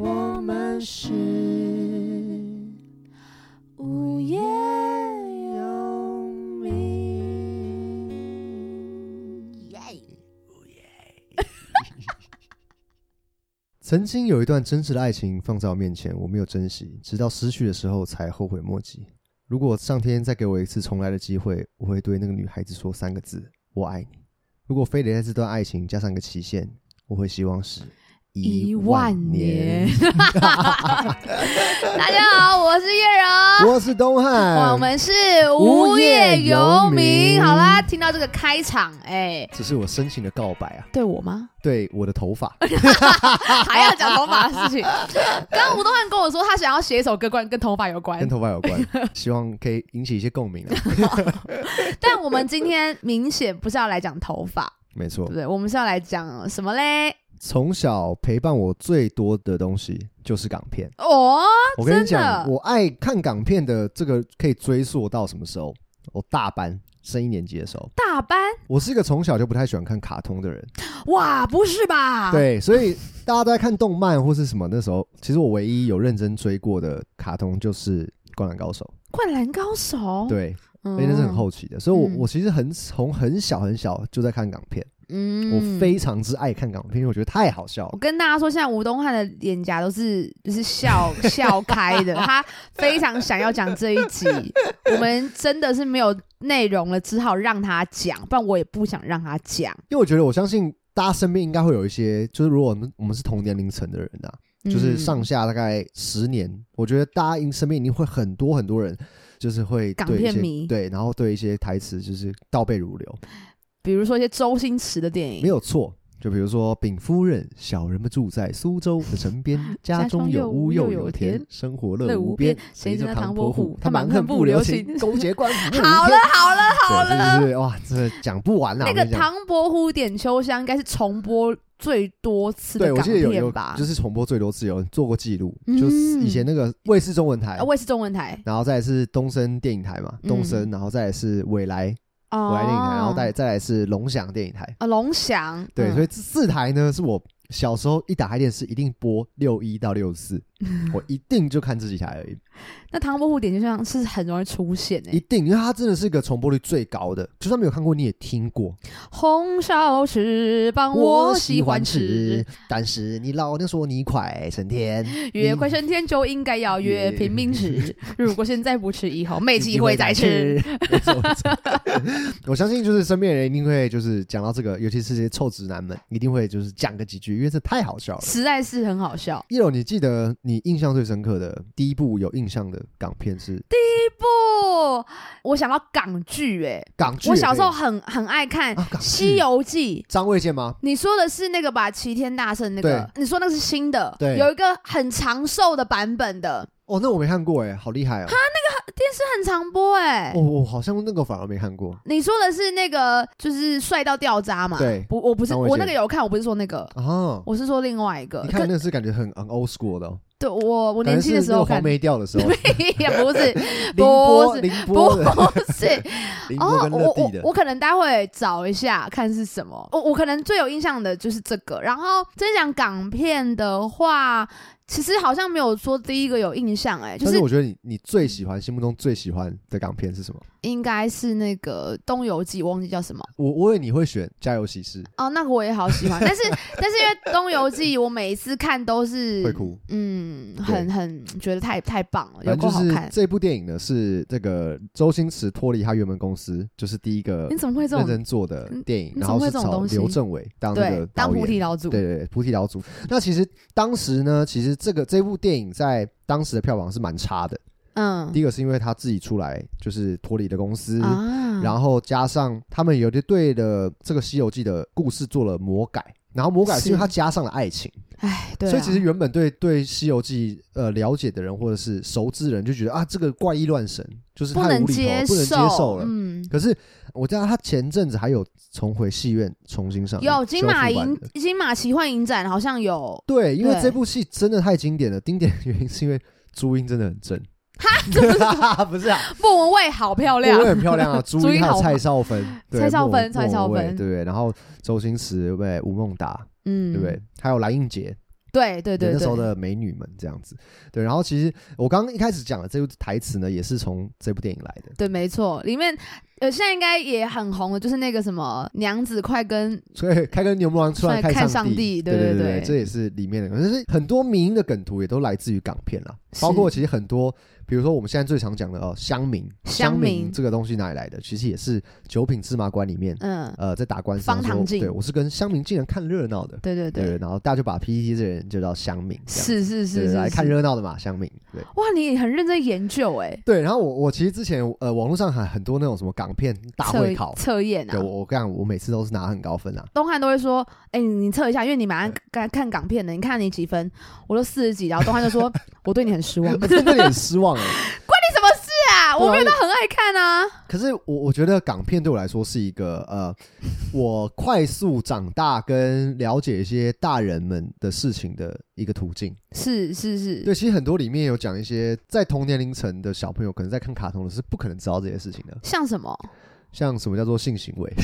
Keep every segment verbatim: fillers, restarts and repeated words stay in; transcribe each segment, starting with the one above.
我们是无业游民。耶！ 曾经有一段真实的爱情放在我面前，我没有珍惜，直到失去的时候才后悔莫及。如果上天再给我一次重来的机会，我会对那个女孩子说三个字：我爱你。如果非得在这段爱情加上一个期限，我会希望是一万年。 大家好，我是叶柔， 我是东汉， 我们是无业游民。好啦，听到这个开场，哎、欸， 这是我深情的告白啊！ 对我吗？ 对我的头发， 还要讲头发的事情。刚刚吴东汉跟我说，他想要写一首歌，关跟头发有关， 跟头发有关，希望可以引起一些共鸣啊。 但我们今天明显不是要来讲头发， 没错， 对不对？我们是要来讲什么嘞？ 从小陪伴我最多的东西就是港片哦。 我跟你讲，我爱看港片的这个可以追溯到什么时候？我大班升一年级的时候。 大班？ 我是一个从小就不太喜欢看卡通的人。 哇，不是吧？ 对，所以大家都在看动漫或是什么，那时候其实我唯一有认真追过的卡通就是《灌篮高手》。 灌篮高手？ 对，因为那是很后期的，所以我、嗯、我其实很从很小很小就在看港片。嗯，我非常之爱看港片，因为我觉得太好笑了。 我跟大家说，现在吴东汉的脸颊都是就是笑笑开的，他非常想要讲这一集，我们真的是没有内容了，只好让他讲，不然我也不想让他讲。 因为我觉得，我相信大家身边应该会有一些，就是如果我们我们是同年龄层的人啊，就是上下大概十年，嗯、我觉得大家身边一定会很多很多人，就是会对一些港片迷， 对，然后对一些台词就是倒背如流。 比如说一些周星驰的电影， 没有错。就比如说禀夫人，小人们住在苏州的城边，家中有屋又有田，生活乐无边。谁知唐伯虎，他蛮横不留情，勾结官府。 好了好了好了， 就是哇，这讲不完啊！ 那个唐伯虎点秋香应该是重播最多次的港片吧？ 对，我记得有有就是重播最多次，有人做过记录，嗯、就是以前那个卫视中文台， 卫视中文台， 然后再来是东森电影台嘛，东森，嗯、然后再来是未来。未来电影台，然后再再来是龙祥电影台啊，龙祥对、 嗯， 所以这四台呢是我小时候一打开电视一定播六一到六四，我一定就看这几台而已。 那唐伯虎点秋香是很容易出现诶、欸， 一定，因为它真的是一个重播率最高的，就算没有看过你也听过。 红烧翅膀我喜欢吃， 但是你老娘说你快升天， 越快升天就应该要越拼命吃。如果现在不吃，以后没机会再吃。 我相信就是身边人一定会就是讲到这个，尤其是这些臭直男们，一定会就是讲个几句，因为这太好笑了， 实在是很好笑。 一楼，你记得你印象最深刻的第一部有印象的港片是？ 第一部我想到港剧，哎， 港剧， 我小时候很很爱看《西游记》。 张卫健吗？ 你说的是那个吧？齐天大圣那个？你说那个是新的？ 对， 有一个很长寿的版本的。 哦，那我没看过哎，好厉害哦！ 哈，那个电视很常播哎。 哦，我好像那个反而没看过。 你说的是那个就是帅到掉渣嘛？ 对， 不，我不是，我那个有看，我不是说那个啊， 我是说另外一个。 你看那个是感觉很很 old school 的哦。 对，我我年轻的时候看黄梅调的时候， 也不是， 不是， 凌波的， 不是。 哦， 我我我可能待会找一下看是什么。我我可能最有印象的就是这个。然后真讲港片的话，其实好像没有说第一个有印象哎、欸，就是。 但是我觉得你你最喜欢心目中最喜欢的港片是什么？ 应该是那个《东游记》，我忘记叫什么。 我我以为你会选《家有喜事》 哦，那个我也好喜欢，但是但是因为《东游记》，我每一次看都是会哭， 嗯，很很觉得太太棒了，有够好看。这部电影呢是这个周星驰脱离他原本公司，就是第一个你怎么会这种认真做的电影，然后是找刘镇伟当那个当菩提老祖， 对对对，菩提老祖。那其实当时呢，其实这个这部电影在当时的票房是蛮差的。嗯，第一个是因为他自己出来就是脱离的公司、啊，然后加上他们有的对的这个《西游记》的故事做了魔改，然后魔改是因为他加上了爱情， 哎，对、啊， 所以其实原本对对《西游记》呃了解的人或者是熟知的人就觉得啊，这个怪异乱神就是太无厘头，不能接受了。嗯，可是我知道他前阵子还有重回戏院重新上映， 有金马银金马奇幻影展好像有， 对，因为这部戏真的太经典了，经典的原因是因为朱茵真的很正。 哈， 不是啊， 莫文蔚好漂亮， 莫文蔚很漂亮啊，朱茵还有蔡少芬， 蔡少芬，蔡少芬， 对不对？然后周星驰对不对？吴孟达，嗯，对不对？还有蓝英杰， 对对对对， 那时候的美女们这样子。对，然后其实我刚刚一开始讲的这部台词呢，也是从这部电影来的。 对，没错，里面呃现在应该也很红的，就是那个什么娘子快跟， 所以开跟牛魔王出来看上帝， 对对对对, 对， 这也是里面的。可是很多迷因的梗图也都来自于港片啦，包括其实很多。比如说我们现在最常讲的哦，乡民，乡民这个东西哪里来的？其实也是《九品芝麻官》里面，嗯，呃，在打官司， 方唐镜， 对我是跟乡民竟然看热闹的， 对对 对, 对，然后大家就把 P T T 这人就叫乡民， 是是是是， 来看热闹的嘛，乡民。对， 哇，你很认真研究哎、欸。 对，然后我我其实之前呃网络上还很多那种什么港片大会考测验啊， 对我我跟你讲，我每次都是拿很高分啊。 东汉都会说，哎、欸，你测一下，因为你马上看看港片的，你看你几分？我都四十几，然后东汉就说，我对你很失望， 我真的很失望哎、欸。 关你什么事啊？我没有到很爱看啊。 可是我我觉得港片对我来说是一个呃，我快速长大跟了解一些大人们的事情的一个途径。 是是是， 对，其实很多里面有讲一些在同年龄层的小朋友可能在看卡通的是不可能知道这些事情的。 像什么？ 像什么叫做性行为？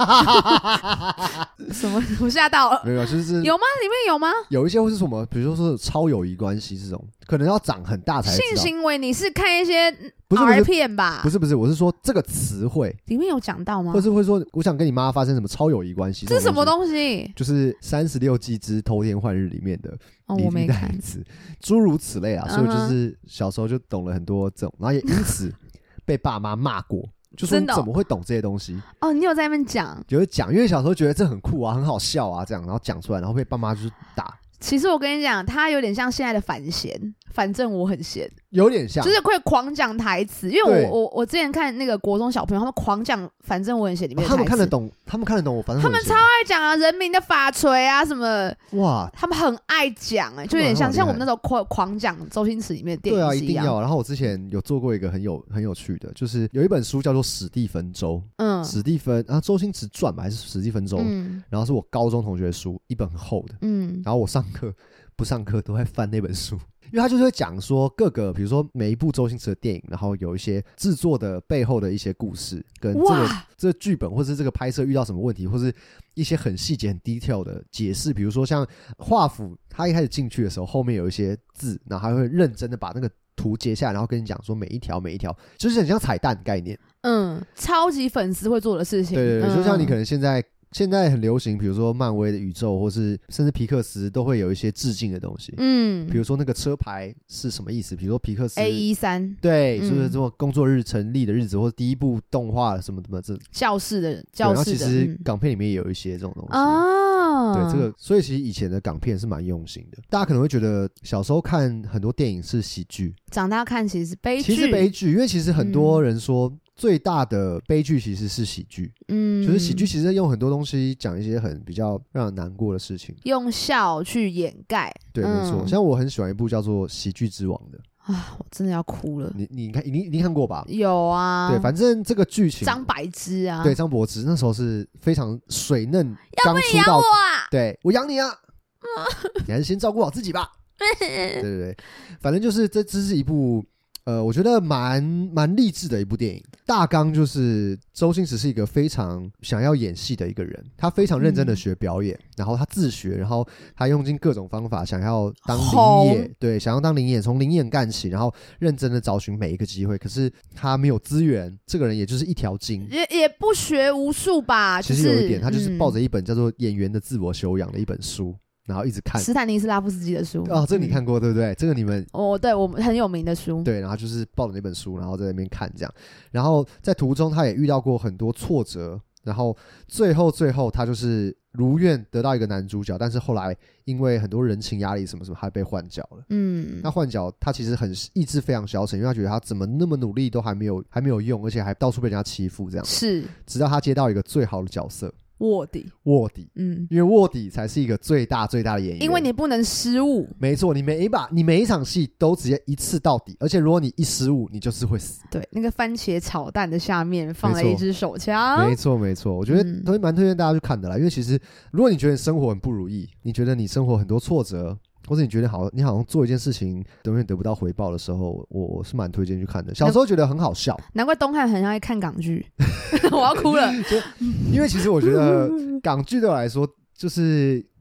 什么？我吓到了。 没有，就是有吗？里面有吗？ 有一些会是什么？比如说是超友谊关系这种，可能要长很大才知道。 性行为你是看一些 R 片吧？ 不是不是，我是说这个词汇里面有讲到吗？ 或是会说我想跟你妈发生什么超友谊关系？ 这是什么东西？ 就是三十六计之偷天换日里面的哦，我没看， 诸如此类啊。所以就是小时候就懂了很多这种，然后也因此被爸妈骂过。就说你怎么会懂这些东西？ 哦，你有在那边讲？ 有讲，因为小时候觉得这很酷啊，很好笑啊，这样，然后讲出来，然后被爸妈就是打。 其实我跟你讲，他有点像现在的反闲，反正我很闲， 有点像， 就是会狂讲台词。因为我我我之前看那个国中小朋友，他们狂讲，反正我很闲里面的台词、 哦，他们看得懂，他们看得懂我，反正他们超爱讲啊，人民的法锤啊什么， 哇， 他们很爱讲哎、欸，就有点像像我们那时候狂狂讲周星驰里面的电影。 对啊，一定要。然后我之前有做过一个很有很有趣的，就是有一本书叫做《史蒂芬周》，嗯，史蒂芬啊，周星驰传吧，还是史蒂芬周？嗯，然后是我高中同学的书，一本很厚的，嗯，然后我上课。不上课都在翻那本书，因为他就是会讲说各个，比如说每一部周星驰的电影，然后有一些制作的背后的一些故事，跟这个这个剧本或是这个拍摄遇到什么问题，或是一些很细节很 detail 的解释。比如说像华府，他一开始进去的时候，后面有一些字，然后他会认真的把那个图截下来，然后跟你讲说每一条每一条，就是很像彩蛋概念。嗯， 超级粉丝会做的事情。 对对对，嗯、就像你可能现在。现在很流行，比如说漫威的宇宙，或是甚至皮克斯都会有一些致敬的东西。嗯，比如说那个车牌是什么意思？比如说皮克斯 A 一三， 对，嗯、就是这么工作日成立的日子，或者第一部动画什么什么这教室的教室的。然后其实港片里面也有一些这种东西。哦、嗯，对，这个所以其实以前的港片是蛮用心的。大家可能会觉得小时候看很多电影是喜剧， 长大看其实是悲剧。 其实悲剧，因为其实很多人说。嗯最大的悲剧其实是喜剧，嗯，就是喜剧其实用很多东西讲一些很比较让人难过的事情， 用笑去掩盖。 对，嗯、没错。像我很喜欢一部叫做《喜剧之王》的啊，我真的要哭了。 你你看你你看过吧？ 有啊。 对，反正这个剧情张柏芝啊， 对张柏芝那时候是非常水嫩，刚出道。 要不你养我啊？ 对，我养你啊，你还是先照顾好自己吧。对对对，反正就是这这是一部。呃，我觉得蛮蛮励志的一部电影。大纲就是周星驰是一个非常想要演戏的一个人，他非常认真的学表演，嗯、然后他自学，然后他用尽各种方法想要当灵演，对，想要当灵演，从灵演干起，然后认真的找寻每一个机会。可是他没有资源，这个人也就是一条筋， 也也不学无术吧。 其实有一点，他就是抱着一本叫做《演员的自我修养》的一本书。然后一直看斯坦尼斯拉夫斯基的书哦，这个你看过、嗯、对不对？这个你们哦，对我们很有名的书， 对，然后就是抱着那本书，然后在那边看这样。然后在途中他也遇到过很多挫折，然后最后最后他就是如愿得到一个男主角，但是后来因为很多人情压力什么什么，他被换角了。嗯，那换角他其实很意志非常消沉，因为他觉得他怎么那么努力都还没有还没有用，而且还到处被人家欺负这样。 是， 直到他接到一个最好的角色。 卧底， 卧底，嗯，因为卧底才是一个最大最大的演员， 因为你不能失误。 没错，你每一把，你每一场戏都直接一次到底，而且如果你一失误，你就是会死。 对，那个番茄炒蛋的下面放了一支手枪。 没错，没错，我觉得都蛮推荐大家去看的啦。因为其实，如果你觉得你生活很不如意，你觉得你生活很多挫折。或者你觉得好，你好像做一件事情永远得不到回报的时候，我我是蛮推荐去看的。小时候觉得很好笑， 难怪东汉很爱看港剧，我要哭了。 就因为其实我觉得港剧对我来说，就是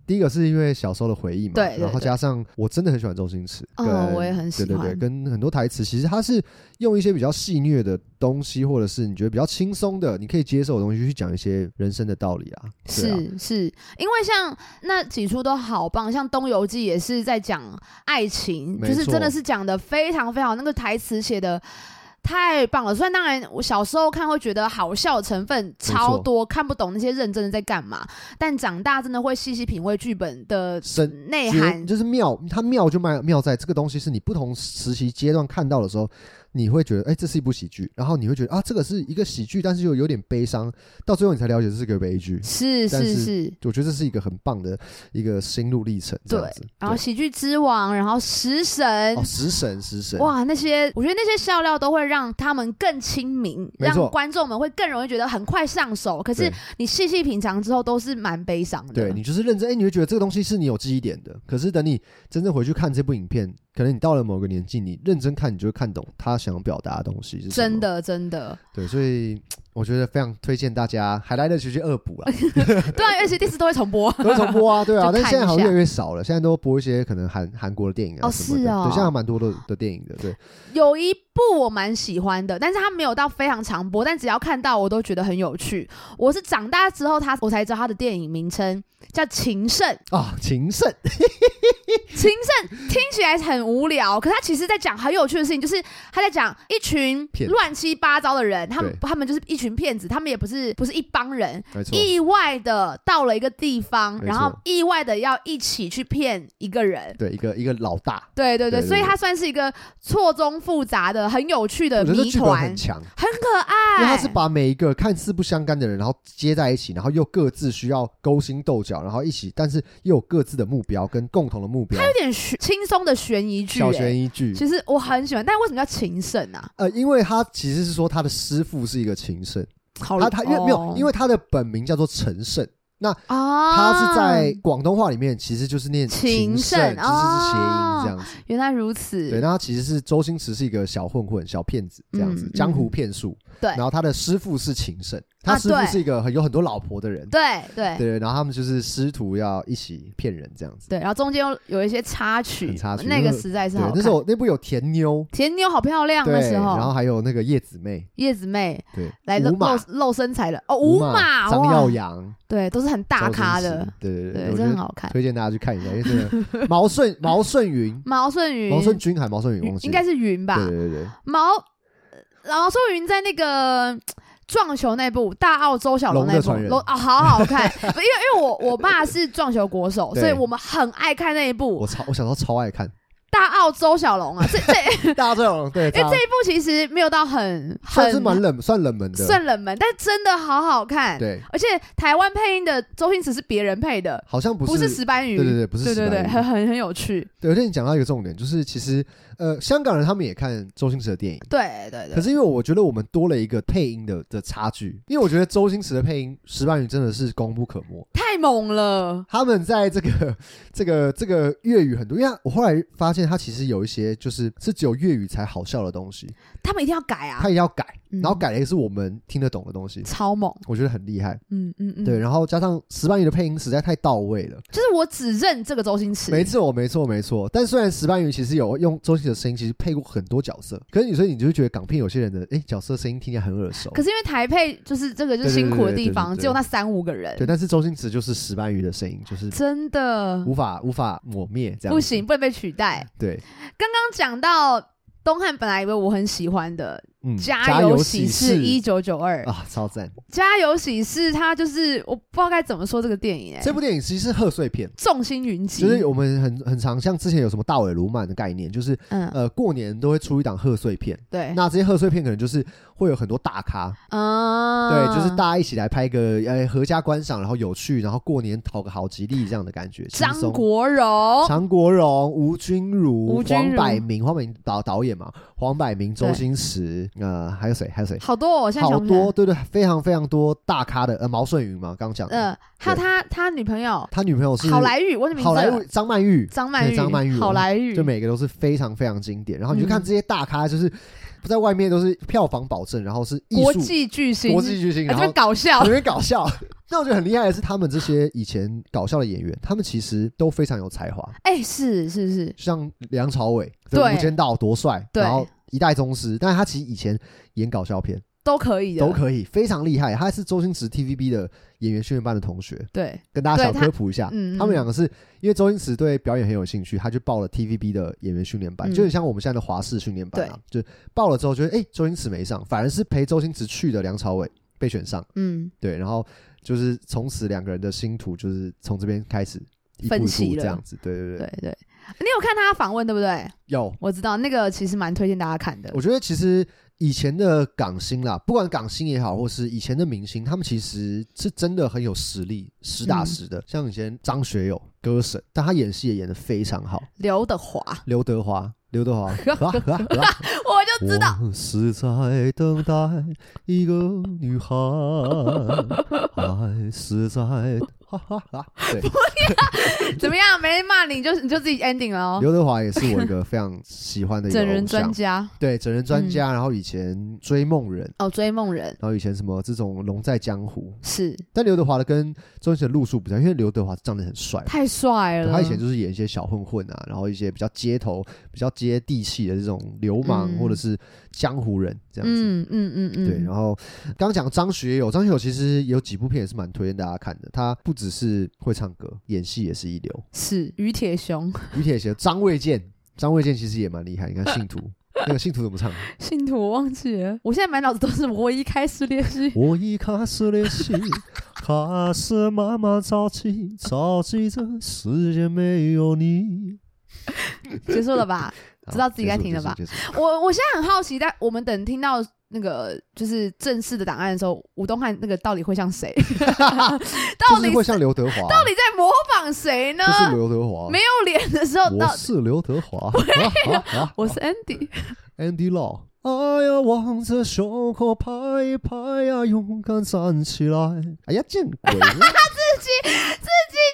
第一个是因为小时候的回忆嘛， 对对对， 然后加上我真的很喜欢周星驰， 嗯，我也很喜欢， 对对对，跟很多台词其实他是用一些比较戏谑的东西，或者是你觉得比较轻松的你可以接受的东西去讲一些人生的道理啊。 是啊是，因为像那几出都好棒，像《东游记》也是在讲爱情，就是真的是讲的非常非常，那个台词写的太棒了。虽然当然我小时候看会觉得好笑成分超多，看不懂那些认真的在干嘛，但长大真的会细细品味剧本的内涵， 就是妙。它妙就妙在这个东西是你不同时期阶段看到的时候，你会觉得哎、欸，这是一部喜剧，然后你会觉得啊，这个是一个喜剧，但是又有点悲伤，到最后你才了解这是个悲剧。 是是是， 我觉得这是一个很棒的一个心路历程。对， 然后喜剧之王，然后食神， 哦，食神食神， 哇，那些我觉得那些笑料都会让他们更亲民，让观众们会更容易觉得很快上手。可是你细细品尝之后，都是蛮悲伤的。 对，你就是认真，哎、欸，你会觉得这个东西是你有记忆点的。可是等你真正回去看这部影片，可能你到了某个年纪，你认真看，你就会看懂他想表达的东西是什么。 真的，真的。 对，所以我觉得非常推荐大家还来得及去恶补啦。 对啊，而且第四都会重播， 都会重播啊，对啊。但是现在好像越来越少了，现在都播一些可能韩韩国的电影啊什么的。哦，是哦。对，现在蛮多的的电影的，对。 有一部我蛮喜欢的，但是它没有到非常常播，但只要看到我都觉得很有趣。我是长大之后他我才知道他的电影名称叫《情圣》 啊，《情圣》。 情圣听起来很无聊，可是他其实在讲很有趣的事情，就是他在讲一群乱七八糟的人，他们他们就是一群骗子，他们也不是不是一帮人，意外的到了一个地方，然后意外的要一起去骗一个人， 对，一个一个老大， 对对 对, 对, 对, 对，所以他算是一个错综复杂的、很有趣的谜团， 很强， 很可爱， 因为他是把每一个看似不相干的人，然后接在一起，然后又各自需要勾心斗角，然后一起，但是又有各自的目标跟共同的目标。 它有点轻松的悬疑剧， 小悬疑剧， 其实我很喜欢。但为什么叫情圣啊？ 呃，因为他其实是说他的师父是一个情圣， 好他他因为、哦、没有，因为他的本名叫做陈胜。那他是在广东话里面其实就是念情圣，其实是谐音这样子。 原来如此。 对，那他其实是周星驰是一个小混混、小骗子这样子，嗯、江湖骗术。 对， 然后他的师父是情圣，他师父是一个很有很多老婆的人。 对对对，然后他们就是师徒要一起骗人这样子。 对，然后中间有一些插曲， 很插曲， 那个实在是好看。 那时候那部有甜妞， 甜妞好漂亮那时候。 然后还有那个叶子妹， 叶子妹对， 来露露身材的哦，吴马、 张耀扬， 对，都是很大咖的。 对对对， 真的很好看， 推荐大家去看一下。因为这个毛舜毛舜筠， 毛舜筠， 毛舜筠还毛舜筠，忘记应该是筠吧？ 对对对， 毛毛舜筠在那个撞球那部大澳周小龙那部啊、哦，好好看。因为因为我我爸是撞球国手，所以我们很爱看那一部。 我超我小时候超爱看。 大澳周小龙啊，这这大澳周小龙对， 因为这一部其实没有到很算是蛮冷，算冷门的， 算冷门，但真的好好看。 对， 而且台湾配音的周星驰是别人配的， 好像不是不是石斑鱼， 对对对，不是石斑鱼， 对对对，很很很有趣。 对，而且你讲到一个重点，就是其实呃，香港人他们也看周星驰的电影， 对对对。 可是因为我觉得我们多了一个配音的的差距，因为我觉得周星驰的配音石斑鱼真的是功不可没， 太猛了。 他们在这个这个这个粤语很多，因为我后来发现他其实有一些就是是只有粤语才好笑的东西， 他们一定要改啊， 他一定要改，嗯、然后改的也是我们听得懂的东西， 超猛， 我觉得很厉害。 嗯嗯嗯， 对，然后加上石斑鱼的配音实在太到位了， 就是我只认这个周星驰， 没错没错没错。但虽然石斑鱼其实有用周星驰的声音，其实配过很多角色，可是所以你就会觉得港片有些人的哎角色声音听起来很耳熟， 可是因为台配就是这个就是辛苦的地方，只有那三五个人。 对，但是周星驰就是石斑鱼的声音，就是真的无法无法抹灭，这样不行，不能被取代。 对， 刚刚讲到东汉本来以为我很喜欢的嗯、 家有喜事一九九二啊，超赞！ 家有喜事，它就是我不知道该怎么说这个电影、欸。 这部电影其实是贺岁片， 众星云集， 就是我们很很常像之前有什么大尾鲈鳗的概念，就是、嗯、呃过年都会出一档贺岁片。 对， 那这些贺岁片可能就是会有很多大咖，嗯，对，就是大家一起来拍个呃合家观赏，然后有趣，然后过年讨个好吉利这样的感觉。 张国荣、 张国荣、吴君如、吴君如黄百鸣，黄百鸣导导演嘛，黄百鸣、周星驰，呃，还有谁？还有谁？ 好多、哦，我现在想好多，对对，非常非常多大咖的，呃，毛舜筠嘛，刚刚讲的， 呃，还有他他女朋友， 他女朋友是好莱坞，我的名字， 好莱坞张曼玉， 张曼玉， 张曼玉， 好莱坞， 就每个都是非常非常经典。然后你就看这些大咖，就是不在外面都是票房保证，然后是艺术国际巨星， 国际巨星，然后搞笑， 有点搞笑。 那我觉得很厉害的是，他们这些以前搞笑的演员，他们其实都非常有才华。 哎、欸，是是是， 像梁朝伟、 对无间道多帅， 对然后一代宗师，但是他其实以前演搞笑片都可以的， 都可以，非常厉害。他是周星驰 T V B 的演员训练班的同学， 对， 跟大家小科普一下，他,、 嗯、 他们两个是因为周星驰对表演很有兴趣，他就报了 T V B 的演员训练班，嗯、就很像我们现在的华视训练班啊，就报了之后觉得哎、欸，周星驰没上，反而是陪周星驰去的梁朝伟被选上，嗯，对，然后就是从此两个人的星途就是从这边开始一步一步这样子，对对对对对。你有看他访问对不对？ 有， 我知道那个其实蛮推荐大家看的。 我觉得其实以前的港星啦，不管港星也好，或是以前的明星，他们其实是真的很有实力，实打实的。嗯、像以前张学友歌神，但他演戏也演得非常好。 刘德华， 刘德华，刘德华， 我就知道， 我是在等待一个女孩，爱是在。哈哈哈，对， 怎么样？没人骂你，你就你就自己 ending 了哦。 刘德华也是我一个非常喜欢的一个整人专家， 对，整人专家。嗯、然后以前追梦人， 哦，追梦人， 然后以前什么这种龙在江湖是。 但刘德华的跟周星驰的路数不一样，因为刘德华长得很帅， 太帅了。 他以前就是演一些小混混啊，然后一些比较街头、比较接地气的这种流氓、嗯、或者是江湖人这样子。嗯嗯嗯嗯。对，然后刚讲张学友，张学友其实有几部片也是蛮推荐大家看的，他不只是会唱歌，演戏也是一流。 是于铁雄， 于铁雄，张卫健，张卫健其实也蛮厉害。你看《信徒》，那个《信徒》怎么唱？ 信徒我忘记了，我现在满脑子都是我一开始练习， 我一开始练习，开始慢慢着急，着急这世界没有你。 结束了吧？知道自己该停了吧？我我现在很好奇，但我们等听到那个就是正式的档案的时候，吴东汉那个到底会像谁？到底会像刘德华？ 到底在模仿谁呢？ 就是刘德华。 没有脸的时候， 我是刘德华， 我是 Andy，Andy Lau。哎呀，望着胸口拍一拍呀，勇敢站起来！哎呀，见鬼了！ 自己自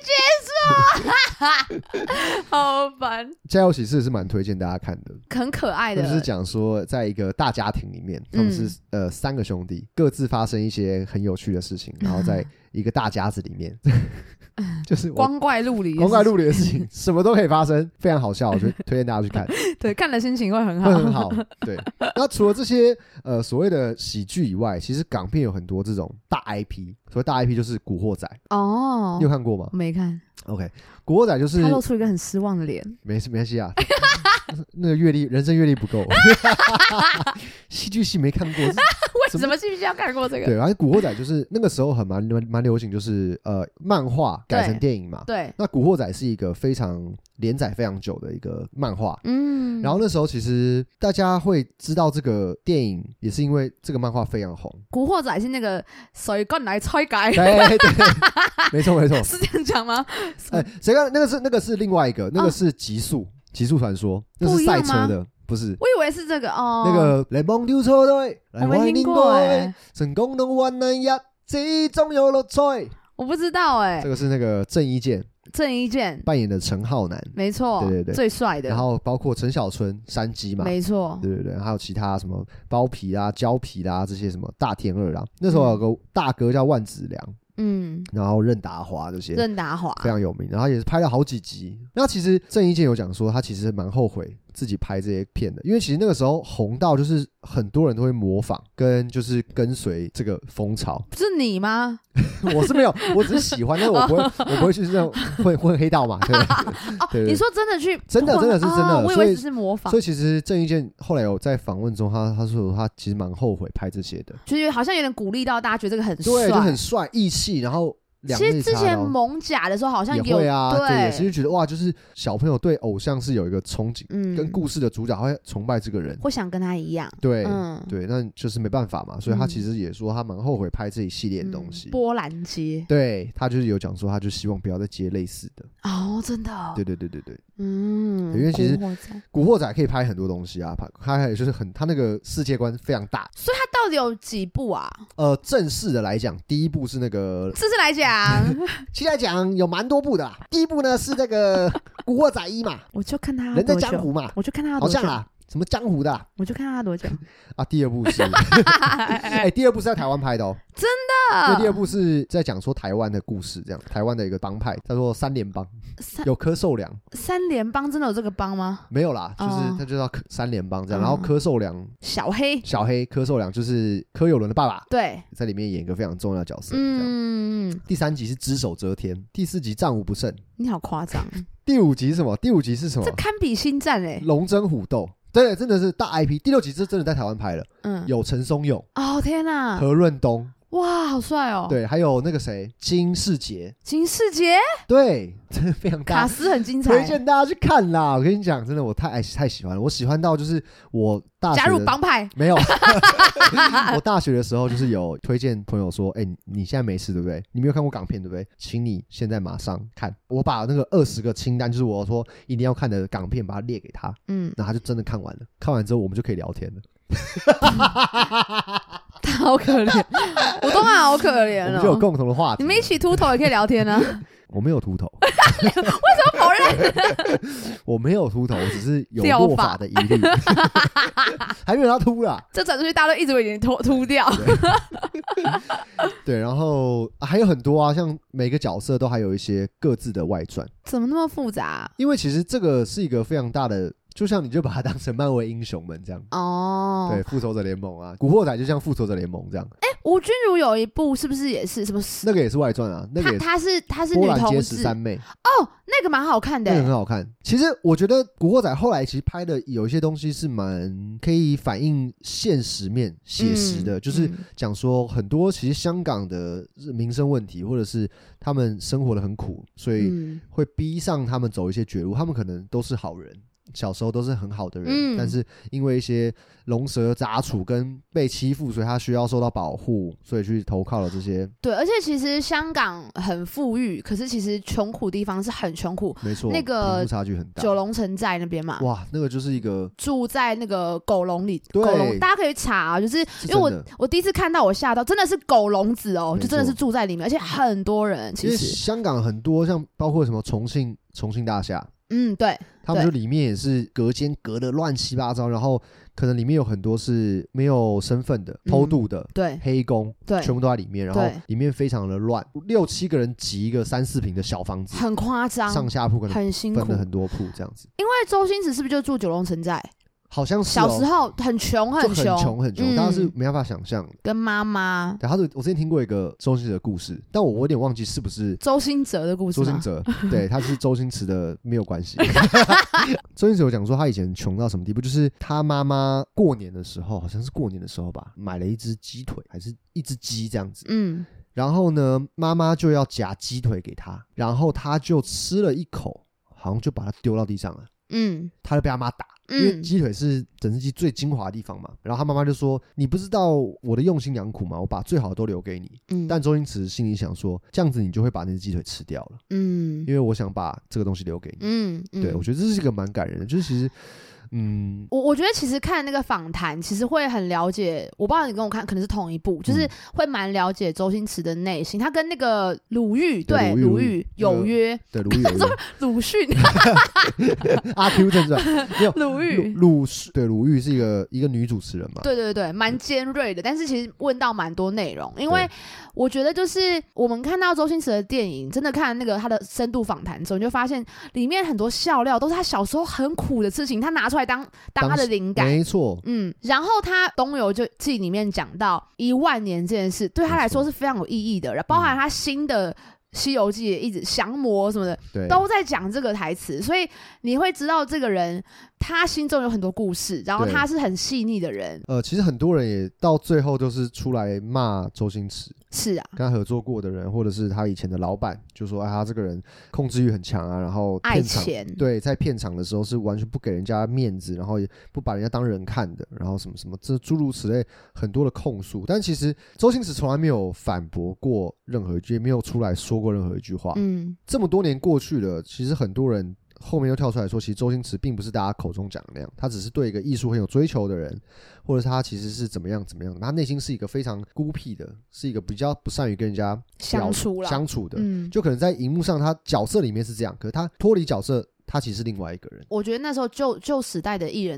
己结束，好烦。《 家有喜事》是蛮推荐大家看的， 很可爱的。 就是讲说，在一个大家庭里面，他们是、嗯、呃三个兄弟，各自发生一些很有趣的事情，然后在一个大家子里面。就是光怪陆离， 光怪陆离的事情，什么都可以发生，非常好笑，我觉得推荐大家去看。 对，看了心情会很好， 会很好。对，那除了这些呃所谓的喜剧以外，其实港片有很多这种大 I P， 所谓大 I P 就是《古惑仔》哦，你有看过吗？ 没看。 OK，《古惑仔》就是他露出一个很失望的脸。 没事，没关系啊。那个阅历，人生阅历不够，戏剧系没看过。 为什么戏剧系要看过这个？ 对，然后《古惑仔》就是那个时候很蛮蛮流行，就是呃漫画改成电影嘛。 对。 那《古惑仔》是一个非常连载非常久的一个漫画。嗯。然后那时候其实大家会知道这个电影，也是因为这个漫画非常红。《 古惑仔》是那个谁敢来拆改？ 对对，没错没错。 是这样讲吗？ 哎，谁敢？那个是那个是另外一个，那个是极速。极速传说，那是赛车的，不是？ 我以为是这个哦。 那个雷蒙丢车队， 我没听过哎。 成功的万能一，最终有乐趣。 我不知道哎。 这个是那个郑伊健， 郑伊健扮演的陈浩南， 没错， 对对对， 最帅的。 然后包括陈小春、山鸡嘛， 没错， 对对对，还有其他什么包皮啦、胶皮啦这些什么大天二啦。那时候有个大哥叫万梓良。嗯，然后任达华这些， 任达华非常有名，然后也是拍了好几集。那其实郑伊健有讲说，他其实蛮后悔自己拍这些片的，因为其实那个时候红到就是很多人都会模仿，跟就是跟随这个风潮。 是你吗？ 我是没有，我只是喜欢，但是我不会，我不会去这种混混黑道嘛，对不对？ 哦，对对，你说真的去， 真的真的是真的， 哦、我以为只是模仿。 所以其实郑伊健后来有在访问中，他他说他其实蛮后悔拍这些的， 就是好像有点鼓励到大家觉得这个很帅， 对，就很帅义气，然后。 其实之前蒙甲的时候好像也会啊， 对， 对，其实觉得哇，就是小朋友对偶像是有一个憧憬，嗯，跟故事的主角会崇拜这个人， 会想跟他一样， 对，嗯，对，那就是没办法嘛，所以他其实也说他蛮后悔拍这一系列的东西。 嗯、波兰街， 对他就是有讲说，他就希望不要再接类似的。 哦，真的、哦， 对对对对对，嗯，因为其实古惑仔，古惑仔可以拍很多东西啊，他还有就是很他那个世界观非常大， 所以他到底有几部啊？ 呃，正式的来讲，第一部是那个， 正式来讲。 现在讲有蛮多部的啦，第一部呢是这个《古惑仔一》嘛， 我就看他人在江湖嘛， 我就看他好像啦，什么江湖的、啊， 我就看他多久啊？第二部是，哎、欸，第二部是在台湾拍的哦， 真因为第二部是在讲说台湾的故事，这样台湾的一个帮派叫做三联帮，有柯受良。 三联帮真的有这个帮吗？ 没有啦，就是他就叫三联帮这样。然后柯受良小黑小黑柯受良就是柯有伦的爸爸， 对， 在里面演一个非常重要的角色。 嗯， 第三集是只手遮天，第四集战无不胜。 你好夸张。 第五集是什么？第五集是什么？ 这堪比星战哎、欸， 龙争虎斗。对，真的是大 I P。第六集是真的在台湾拍了， 嗯， 有陈松勇， 哦天哪， 何润东， 哇，好帅哦。 对，还有那个谁，金世杰， 金世杰， 对，真的非常大， 卡斯很精彩， 推荐大家去看啦。我跟你讲，真的我太爱太喜欢了，我喜欢到就是我大学加入帮派没有，我大学的时候就是有推荐朋友说，哎、欸，你现在没事对不对？你没有看过港片对不对？请你现在马上看。我把那个二十个清单，就是我说一定要看的港片，把它列给他，嗯，然后他就真的看完了。看完之后，我们就可以聊天了。 他好可怜，我东汉好可怜哦， 我们就有共同的话题。 你们一起秃头也可以聊天啊。 我没有秃头。 为什么否认？ 我没有秃头，我只是有落发的疑虑。还没有他秃啦。 这转出去大家都一直以为你秃秃掉。 对，然后、啊、还有很多啊，像每个角色都还有一些各自的外传。 怎么那么复杂、啊？ 因为其实这个是一个非常大的，就像你就把它当成漫威英雄们这样。哦，对，复仇者联盟啊，古惑仔就像复仇者联盟这样。 哎、欸，吴君如有一部是不是也是什么？ 那个也是外传啊，那个也她是她是女同志。 波兰街十三妹。 哦，那个蛮好看的、欸， 那个很好看。其实我觉得古惑仔后来其实拍的有一些东西是蛮可以反映现实面、写实的，嗯、就是讲说很多其实香港的民生问题，或者是他们生活的很苦，所以会逼上他们走一些绝路。他们可能都是好人。小时候都是很好的人、嗯、但是因为一些龙蛇杂处跟被欺负，所以他需要受到保护，所以去投靠了这些。 对，而且其实香港很富裕，可是其实穷苦地方是很穷苦。 没错， 那个贫富差距很大。 九龙城寨那边嘛， 哇，那个就是一个住在那个狗笼里，狗笼大家可以查啊，就是因为我我第一次看到我吓到，真的是狗笼子哦，就真的是住在里面，而且很多人。其实香港很多像包括什么重庆重庆大厦。 嗯，对， 他们就里面也是隔间隔得乱七八糟，然后可能里面有很多是没有身份的、偷渡的、嗯、 对， 黑工， 对， 全部都在里面，然后里面非常的乱，六七个人挤一个三四坪的小房子， 很夸张， 上下铺可能很辛苦， 分了很多铺这样子。 因为周星驰是不是就住九龙城寨？ 好像是、哦、 小时候很穷很穷很穷很穷，大家、嗯、是没办法想象。 跟妈妈， 对，他是我之前听过一个周星驰的故事，但我我有点忘记是不是周星哲的故事。 周星哲，对，他是周星驰的没有关系。周星驰有讲说他以前穷到什么地步，就是他妈妈过年的时候，好像是过年的时候吧，买了一只鸡腿，还是一只鸡这样子。嗯。然后呢，妈妈就要夹鸡腿给他，然后他就吃了一口，好像就把它丢到地上了。嗯，他就被他妈打。因为鸡腿是整只鸡最精华的地方嘛，然后他妈妈就说：“你不知道我的用心良苦吗？我把最好的都留给你。”嗯，但周星驰心里想说：“这样子你就会把那只鸡腿吃掉了。”嗯，因为我想把这个东西留给你。嗯，嗯对，我觉得这是一个蛮感人的，就是其实。嗯， 我我觉得其实看那个访谈，其实会很了解。我不知道你跟我看可能是同一部，就是会蛮了解周星驰的内心。他跟那个鲁豫，对鲁豫有约， 对鲁豫有约， 鲁迅， 阿 Q 正传，没有鲁豫， 鲁对鲁豫是一个一个女主持人嘛？ 对对对，蛮尖锐的，但是其实问到蛮多内容，因为我觉得就是我们看到周星驰的电影，真的看那个他的深度访谈之后，你就发现里面很多笑料都是他小时候很苦的事情，他拿出来。当当他的灵感， 没错， 嗯，然后他《东游记》里面讲到一万年这件事，对他来说是非常有意义的，包含他新的《西游记》也一直降魔什么的，都在讲这个台词，所以你会知道这个人他心中有很多故事，然后他是很细腻的人。 呃，其实很多人也到最后都是出来骂周星驰。 是啊， 跟他合作过的人，或者是他以前的老板，就说：“哎，他这个人控制欲很强啊，然后爱钱， 对，在片场的时候是完全不给人家面子，然后也不把人家当人看的，然后什么什么，这诸如此类很多的控诉。但其实周星驰从来没有反驳过任何一句，也没有出来说过任何一句话。嗯，这么多年过去了，其实很多人。后面又跳出来说，其实周星驰并不是大家口中讲的那样，他只是对一个艺术很有追求的人，或者是他其实是怎么样怎么样的，他内心是一个非常孤僻的，是一个比较不善于跟人家相处相处的、嗯，就可能在荧幕上他角色里面是这样，可是他脱离角色，他其实是另外一个人。 我觉得那时候旧旧时代的艺人的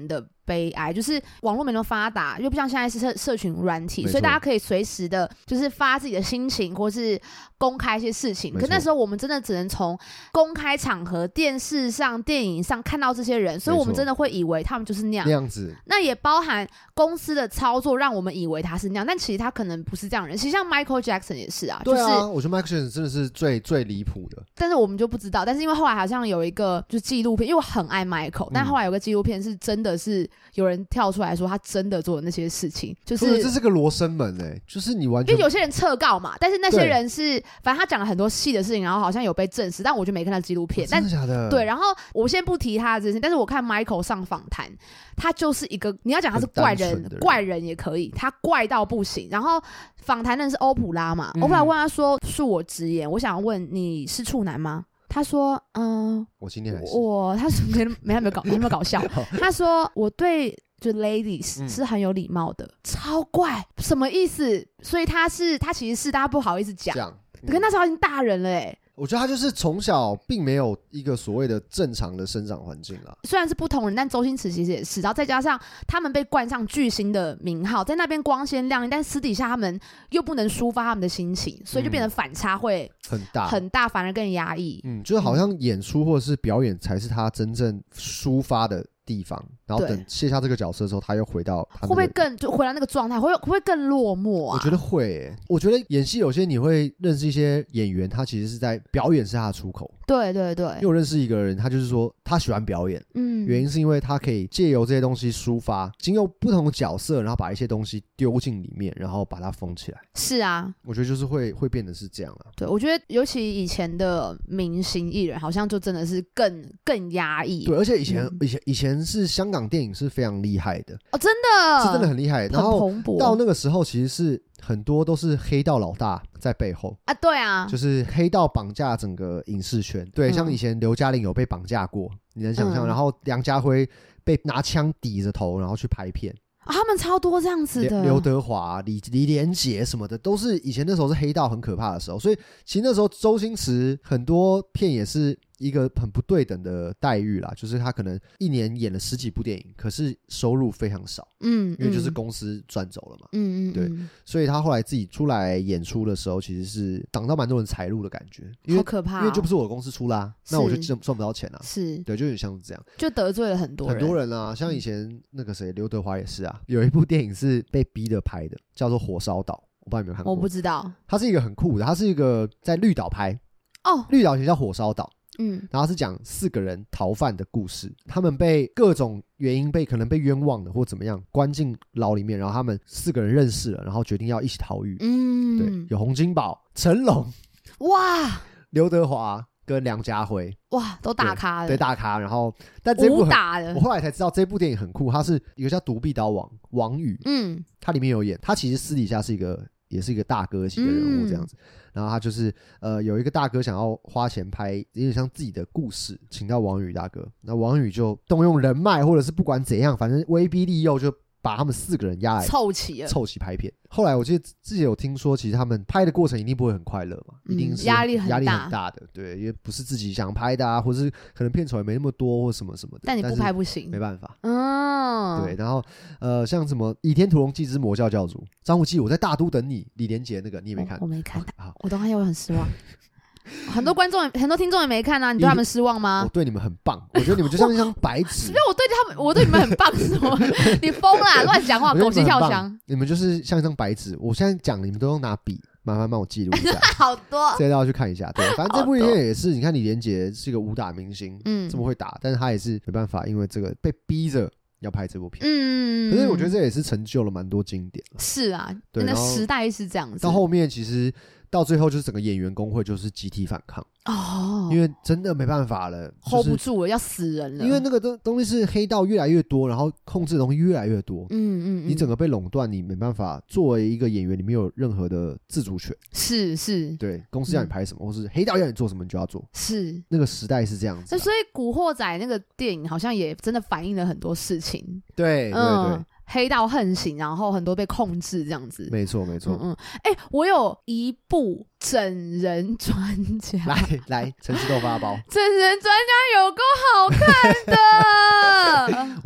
悲哀，就是网络没那么发达，又不像现在是社社群软体，所以大家可以随时的，就是发自己的心情，或是公开一些事情。可那时候我们真的只能从公开场合、电视上、电影上看到这些人，所以我们真的会以为他们就是那样。 那样子， 那也包含公司的操作，让我们以为他是那样，但其实他可能不是这样的人。其实像 Michael Jackson 也是啊， 对啊， 就是我觉得 Michael Jackson 真的是最最离谱的， 但是我们就不知道。但是因为后来好像有一个就是纪录片，因为我很爱 Michael，、嗯、但后来有个纪录片是真的是有人跳出来说他真的做的那些事情，就是这是个罗生门哎、欸，就是你完全因为有些人撤告嘛，但是那些人是反正他讲了很多细的事情，然后好像有被证实，但我就没看到纪录片、 哦、真的假的？ 对，然后我先不提他的这些，但是我看 Michael 上访谈，他就是一个你要讲他是怪人， 人怪人也可以，他怪到不行。然后访谈人是欧普拉嘛，欧、嗯、普拉问他说：“恕我直言，我想问你是处男吗？”他说：“嗯、呃， 我今天还是我。”他说：“没没那么搞，没那么搞笑。”他说：“我对就 ladies 是很有礼貌的，嗯、超怪，什么意思？所以他是他其实是大家不好意思讲，可是那时候已经大人了哎、欸。” 我觉得他就是从小并没有一个所谓的正常的生长环境啦。 虽然是不同人，但周星驰其实也是，然后再加上他们被冠上巨星的名号，在那边光鲜亮丽，但私底下他们又不能抒发他们的心情，所以就变成反差会很大很大，反而更压抑。 嗯，就是好像演出或者是表演才是他真正抒发的地方，然后等卸下这个角色之后，他又回到他、那個、 会不会更就回到那个状态？会会不会更落寞啊？ 我觉得会、欸。我觉得演戏有些你会认识一些演员，他其实是在表演是他的出口。 对对对。 因为我认识一个人，他就是说他喜欢表演，嗯，原因是因为他可以借由这些东西抒发，经由不同的角色，然后把一些东西丢进里面，然后把它封起来。 是啊， 我觉得就是会会变得是这样啊。 对，我觉得尤其以前的明星艺人，好像就真的是更更压抑。 对，而且以前、嗯、以前以前是香港电影是非常厉害的哦，真的是真的很厉害。然后到那个时候，其实是很多都是黑道老大在背后啊，对啊， 就是黑道绑架整个影视圈。对，嗯、像以前刘嘉玲有被绑架过，你能想象？嗯、然后梁家辉被拿枪抵着头，然后去拍片。 啊、他们超多这样子的， 刘德华、李李连杰什么的，都是以前那时候是黑道很可怕的时候，所以其实那时候周星驰很多片也是一个很不对等的待遇啦，就是他可能一年演了十几部电影，可是收入非常少，嗯，因为就是公司赚走了嘛，嗯嗯，对，所以他后来自己出来演出的时候，其实是挡到蛮多人财路的感觉，因为好可怕、哦， 因为就不是我的公司出啦，那我就赚赚不到钱啊， 是， 对，就有点像是这样， 就得罪了很多人， 很多人啊，像以前那个谁刘德华也是啊，有一部电影是被逼的拍的，叫做《火烧岛》，我不知道你有没有看过， 我不知道， 它是一个很酷的，它是一个在绿岛拍， 哦， 绿岛也叫火烧岛。 嗯， 然后是讲四个人逃犯的故事，他们被各种原因被可能被冤枉的或怎么样关进牢里面，然后他们四个人认识了，然后决定要一起逃狱。嗯，对，有洪金宝、成龙， 哇， 刘德华跟梁家辉， 哇，都大咖了， 对，对大咖。然后，但这部很武打的， 我后来才知道这部电影很酷，它是一个叫独臂刀王王宇，嗯，他里面有演，他其实私底下是一个也是一个大哥级的人物这样子。嗯，然后他就是呃有一个大哥想要花钱拍有点像自己的故事，请到王宇大哥，那王宇就动用人脉或者是不管怎样，反正威逼利诱就把他们四个人压来凑齐了， 凑齐拍片。后来我记得自己有听说，其实他们拍的过程一定不会很快乐嘛，嗯、一定是压力很大， 压力很大的，对，因为不是自己想拍的啊，或是可能片酬也没那么多或什么什么的。 但你不拍不行， 没办法。嗯，对，然后呃，像什么《倚天屠龙记之魔教教主》，张无忌我在大都等你，李连杰那个你也没看， 我, 我没看，好，我都看见我很失望。很多观众、很多听众也没看啊，你对他们失望吗？ 我对你们很棒，我觉得你们就像一张白纸。 不是我对他们，我对你们很棒是吗？你疯啦，乱讲话，狗急跳墙。 你们就是像一张白纸，我现在讲，你们都用拿笔慢慢帮我记录一下。 好多， 这些都要去看一下。对，反正这部影片也是，你看李连杰是一个武打明星，嗯，这么会打，但是他也是没办法，因为这个被逼着要拍这部片。嗯，可是我觉得这也是成就了蛮多经典。 是啊，对，那时代是这样子。 到后面其实。到最后就是整个演员工会就是集体反抗哦，因为真的没办法了 ，hold 不住了，要死人了。 因为那个东东西是黑道越来越多，然后控制的东西越来越多，嗯嗯，你整个被垄断，你没办法作为一个演员，你没有任何的自主权。 是是， 对，公司要你拍什么，嗯、或是黑道要你做什么，你就要做。 是那个时代是这样子、啊。 所以《古惑仔》那个电影好像也真的反映了很多事情。 对对对。嗯黑道横行，然后很多被控制这样子。 没错没错。 嗯嗯，哎、欸，我有一部整人专家， 来来，陈思豆发包。 整人专家有够好看的。 我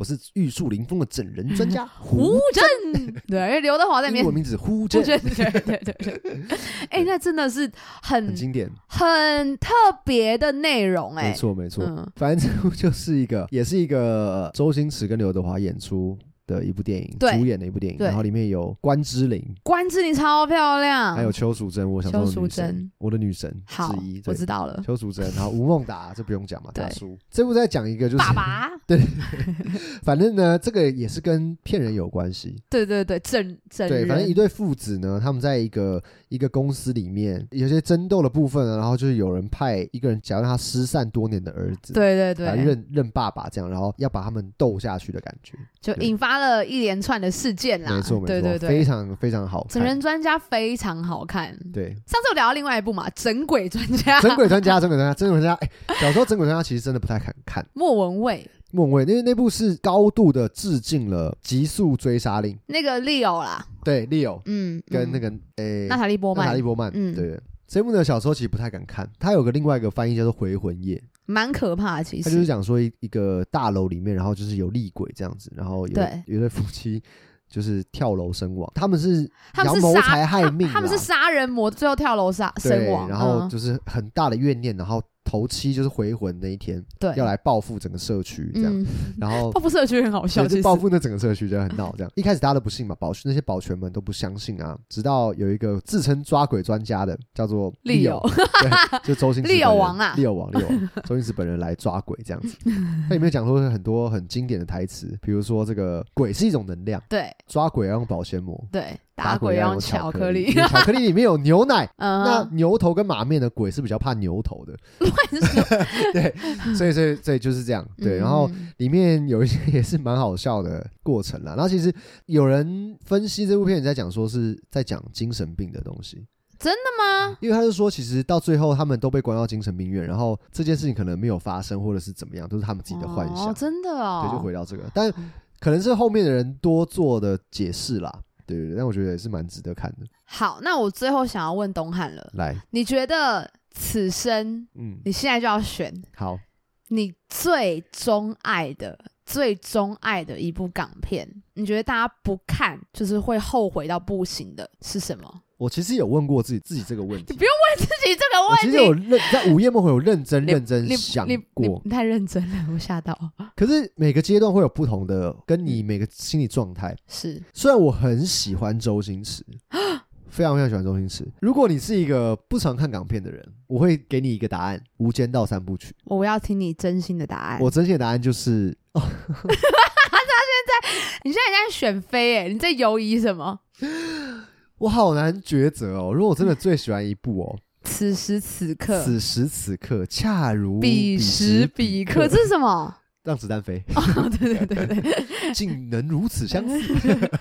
是玉树临风的整人专家胡真，对，因为刘德华在里面， 英文名字胡真， 对对对对对，哎、欸，那真的是很很经典、 很特别的内容、欸，哎， 没错没错、 嗯， 反正这部就是一个，也是一个周星驰跟刘德华演出的一部电影，主演的一部电影，然后里面有关之琳， 关之琳超漂亮， 还有邱淑贞，我想说的女神，我的女神之一， 我知道了， 邱淑贞，然后吴孟达，这不用讲嘛，大叔。这部在讲一个就是爸爸， 对，反正呢，这个也是跟骗人有关系， 对对对，整整对，反正一对父子呢，他们在一个一个公司里面有些争斗的部分呢，然后就是有人派一个人假如他失散多年的儿子， 对对对， 来认认爸爸这样，然后要把他们斗下去的感觉， 就引发了一连串的事件啦， 没错没错， 对对对， 非常非常好看， 整人专家非常好看。 对， 上次我聊到另外一部嘛，整鬼专家， 整鬼专家，整鬼专家，整鬼专家，哎、欸，小时候整鬼专家其实真的不太敢看。 莫文蔚， 莫文蔚，因为那部是高度的致敬了《极速追杀令》， 那个 Leo 啦， 对 Leo， 嗯， 跟那个诶、欸、 娜塔莉波曼， 娜塔莉波曼，嗯，对。这部呢，小时候其实不太敢看，它有个另外一个翻译叫做《回魂夜》， 蛮可怕的。其实它就是讲说一一个大楼里面，然后就是有厉鬼这样子，然后有对有一对夫妻就是跳楼身亡，他们是要谋财害命， 他们是杀人魔，最后跳楼杀身亡， 然后就是很大的怨念，然后头七就是回魂那一天， 对， 要来报复整个社区这样，嗯、然后报复社区很好笑， 就报复那整个社区就很闹这样。一开始大家都不信嘛，保那些保全们都不相信啊，直到有一个自称抓鬼专家的叫做 Leo， 对，就周星驰 Leo 王啊 ，Leo 王 ，Leo 王，周星驰本人来抓鬼这样子。它里面讲说很多很经典的台词，比如说这个鬼是一种能量， 对， 抓鬼要用保鲜膜， 对。打鬼要用巧克力， 巧克力里面有牛奶， 嗯、 那牛头跟马面的鬼是比较怕牛头的，对，所以所以所以就是这样，对，然后里面有一些也是蛮好笑的过程啦。然后其实有人分析这部片，在讲说是在讲精神病的东西。 真的吗？ 因为他就说，其实到最后他们都被关到精神病院，然后这件事情可能没有发生，或者是怎么样，都是他们自己的幻想。 哦，真的哦， 对，就回到这个，但可能是后面的人多做的解释啦。对对对，但我觉得也是蛮值得看的。 好，那我最后想要问东汉了， 来， 你觉得此生，嗯，你现在就要选， 好， 你最钟爱的、最钟爱的一部港片，你觉得大家不看就是会后悔到不行的是什么？ 我其实有问过自己自己这个问题， 你不用问自己这个问题。 我其实有认在午夜梦回有认真认真想过， 你 你, 你, 你太认真了，我吓到。 可是每个阶段会有不同的，跟你每个心理状态是。 虽然我很喜欢周星驰，非常非常喜欢周星驰。如果你是一个不常看港片的人，我会给你一个答案：《无间道》三部曲。 我要听你真心的答案。 我真心的答案就是，哦、 他现在你现在在选妃耶，你在犹疑什么？ 我好难抉择哦。如果我真的最喜欢一部哦， 此时此刻， 此时此刻，恰如彼时彼刻，这是什么？ 让子弹飞。 哦，对对对对， 竟能如此相似。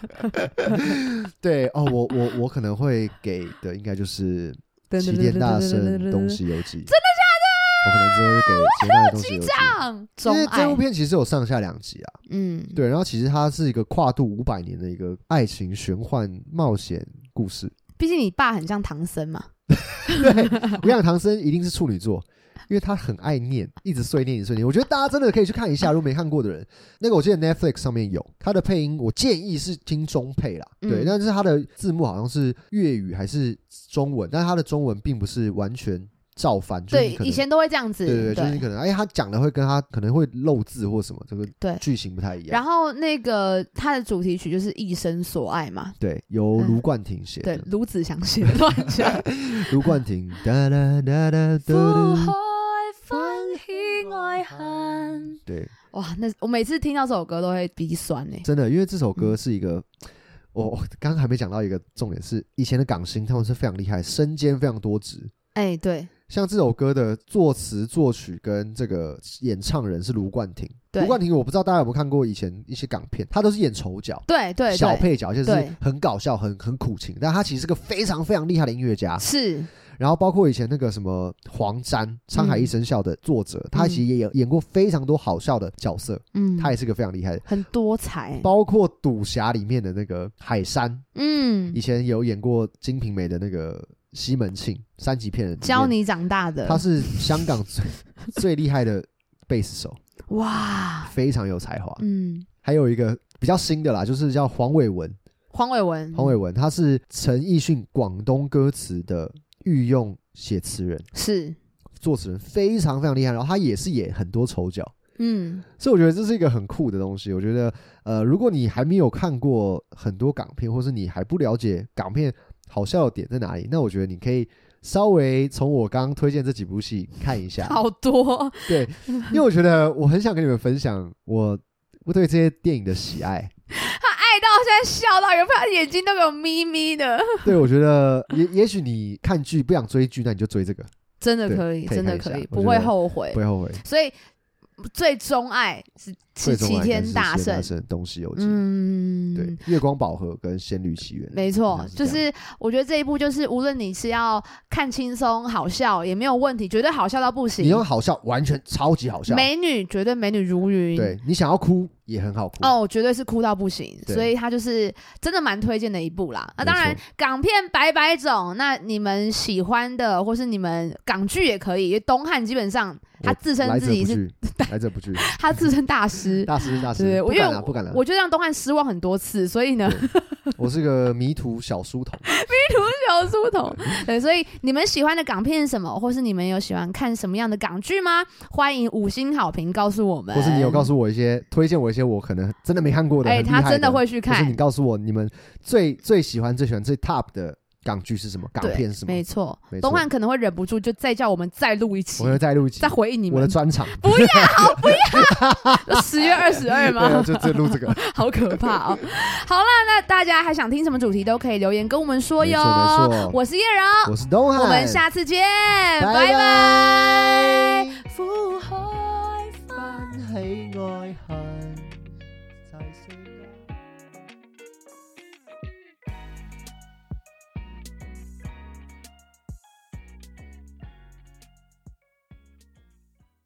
对哦，我我我可能会给的应该就是《齐天大圣东西游记》。真的假的？我可能只会给《齐天大圣东西游记》。因为这部片其实有上下两集啊。嗯，对，然后其实它是一个跨度五百年的一个爱情玄幻冒险故事。毕竟你爸很像唐僧嘛。 对，我想唐僧一定是处女座。因为他很爱念，一直碎念一直碎念。我觉得大家真的可以去看一下，如果没看过的人，那个我记得 Netflix 上面有他的配音，我建议是听中配啦，对，嗯、但是他的字幕好像是粤语还是中文，但是他的中文并不是完全照翻，就是、 对，以前都会这样子， 对 对, 对，就是你可能哎，他讲的会跟他可能会漏字或什么，这个剧情不太一样。 然后那个他的主题曲就是《一生所爱》嘛， 对，由卢冠廷写的， 嗯、对，卢子祥写的，乱讲。 卢冠廷，哒哒哒哒哒。 爱恨， 对， 哇，那我每次听到这首歌都会鼻酸欸， 真的，因为这首歌是一个，我、嗯、刚刚还没讲到一个重点是，以前的港星他们是非常厉害，身兼非常多职， 哎、欸，对， 像这首歌的作词、作曲跟这个演唱人是卢冠廷。卢冠廷我不知道大家有没有看过以前一些港片，他都是演丑角， 对 对, 对， 小配角，就是很搞笑、很很苦情，但他其实是个非常非常厉害的音乐家， 是。 然后包括以前那个什么黄沾《沧海一声笑》的作者、嗯，他其实也有演过非常多好笑的角色，嗯，他也是个非常厉害的， 很多才。包括赌侠里面的那个海山，嗯，以前有演过《金瓶梅》的那个西门庆，三级片教你长大的， 他是香港最最厉害的贝斯手， 哇， 非常有才华，嗯。 还有一个比较新的啦，就是叫黄伟文。 黄伟文， 黄伟文他是陈奕迅广东歌词的御用写词人， 是作词人，非常非常厉害。然后他也是演很多丑角， 嗯， 所以我觉得这是一个很酷的东西。我觉得，呃，如果你还没有看过很多港片，或是你还不了解港片好笑的点在哪里，那我觉得你可以稍微从我刚刚推荐这几部戏看一下。 好多， 对，因为我觉得我很想跟你们分享我我对这些电影的喜爱。 他爱到现在笑到有没有眼睛都有眯眯的。 对，我觉得也也许你看剧不想追剧，那你就追这个， 真的可以， 可以真的可以， 不会后悔， 不会后悔。 所以最钟爱是是齐天大圣， 《东西游记》。 嗯， 对，《月光宝盒》跟《仙侣奇缘》。 没错，就是我觉得这一部就是无论你是要看轻松好笑也没有问题，绝对好笑到不行。 你用好笑，完全超级好笑。 美女绝对美女如云。 对，你想要哭也很好哭哦，绝对是哭到不行。所以它就是真的蛮推荐的一部啦。那当然，港片百百种，那你们喜欢的或是你们港剧也可以，因为东汉基本上他自称自己是来者不拒， 他自称大师， 大师大师， 对， 不敢了不敢了。 我就让东汉失望很多次，所以呢， 我是个迷途小书童， 迷途小书童。对，所以你们喜欢的港片是什么，或是你们有喜欢看什么样的港剧吗？欢迎五星好评告诉我们， 或是你有告诉我一些推荐我一些我可能真的没看过的，哎、欸， 他真的会去看， 或是你告诉我你们最最喜欢、最喜欢、最 top 的港剧是什么？港片是什么？ 没错，东汉可能会忍不住就再叫我们再录一期， 我会再录一期， 再回应你们我的专场。 不要，好不要，十月二十二吗？ 对啊，就就录这个， 好可怕哦。好了，那大家还想听什么主题都可以留言跟我们说哟。 没错， 我是叶柔， 我是东汉， 我们下次見， 拜拜。 苦海翻起愛恨，在世間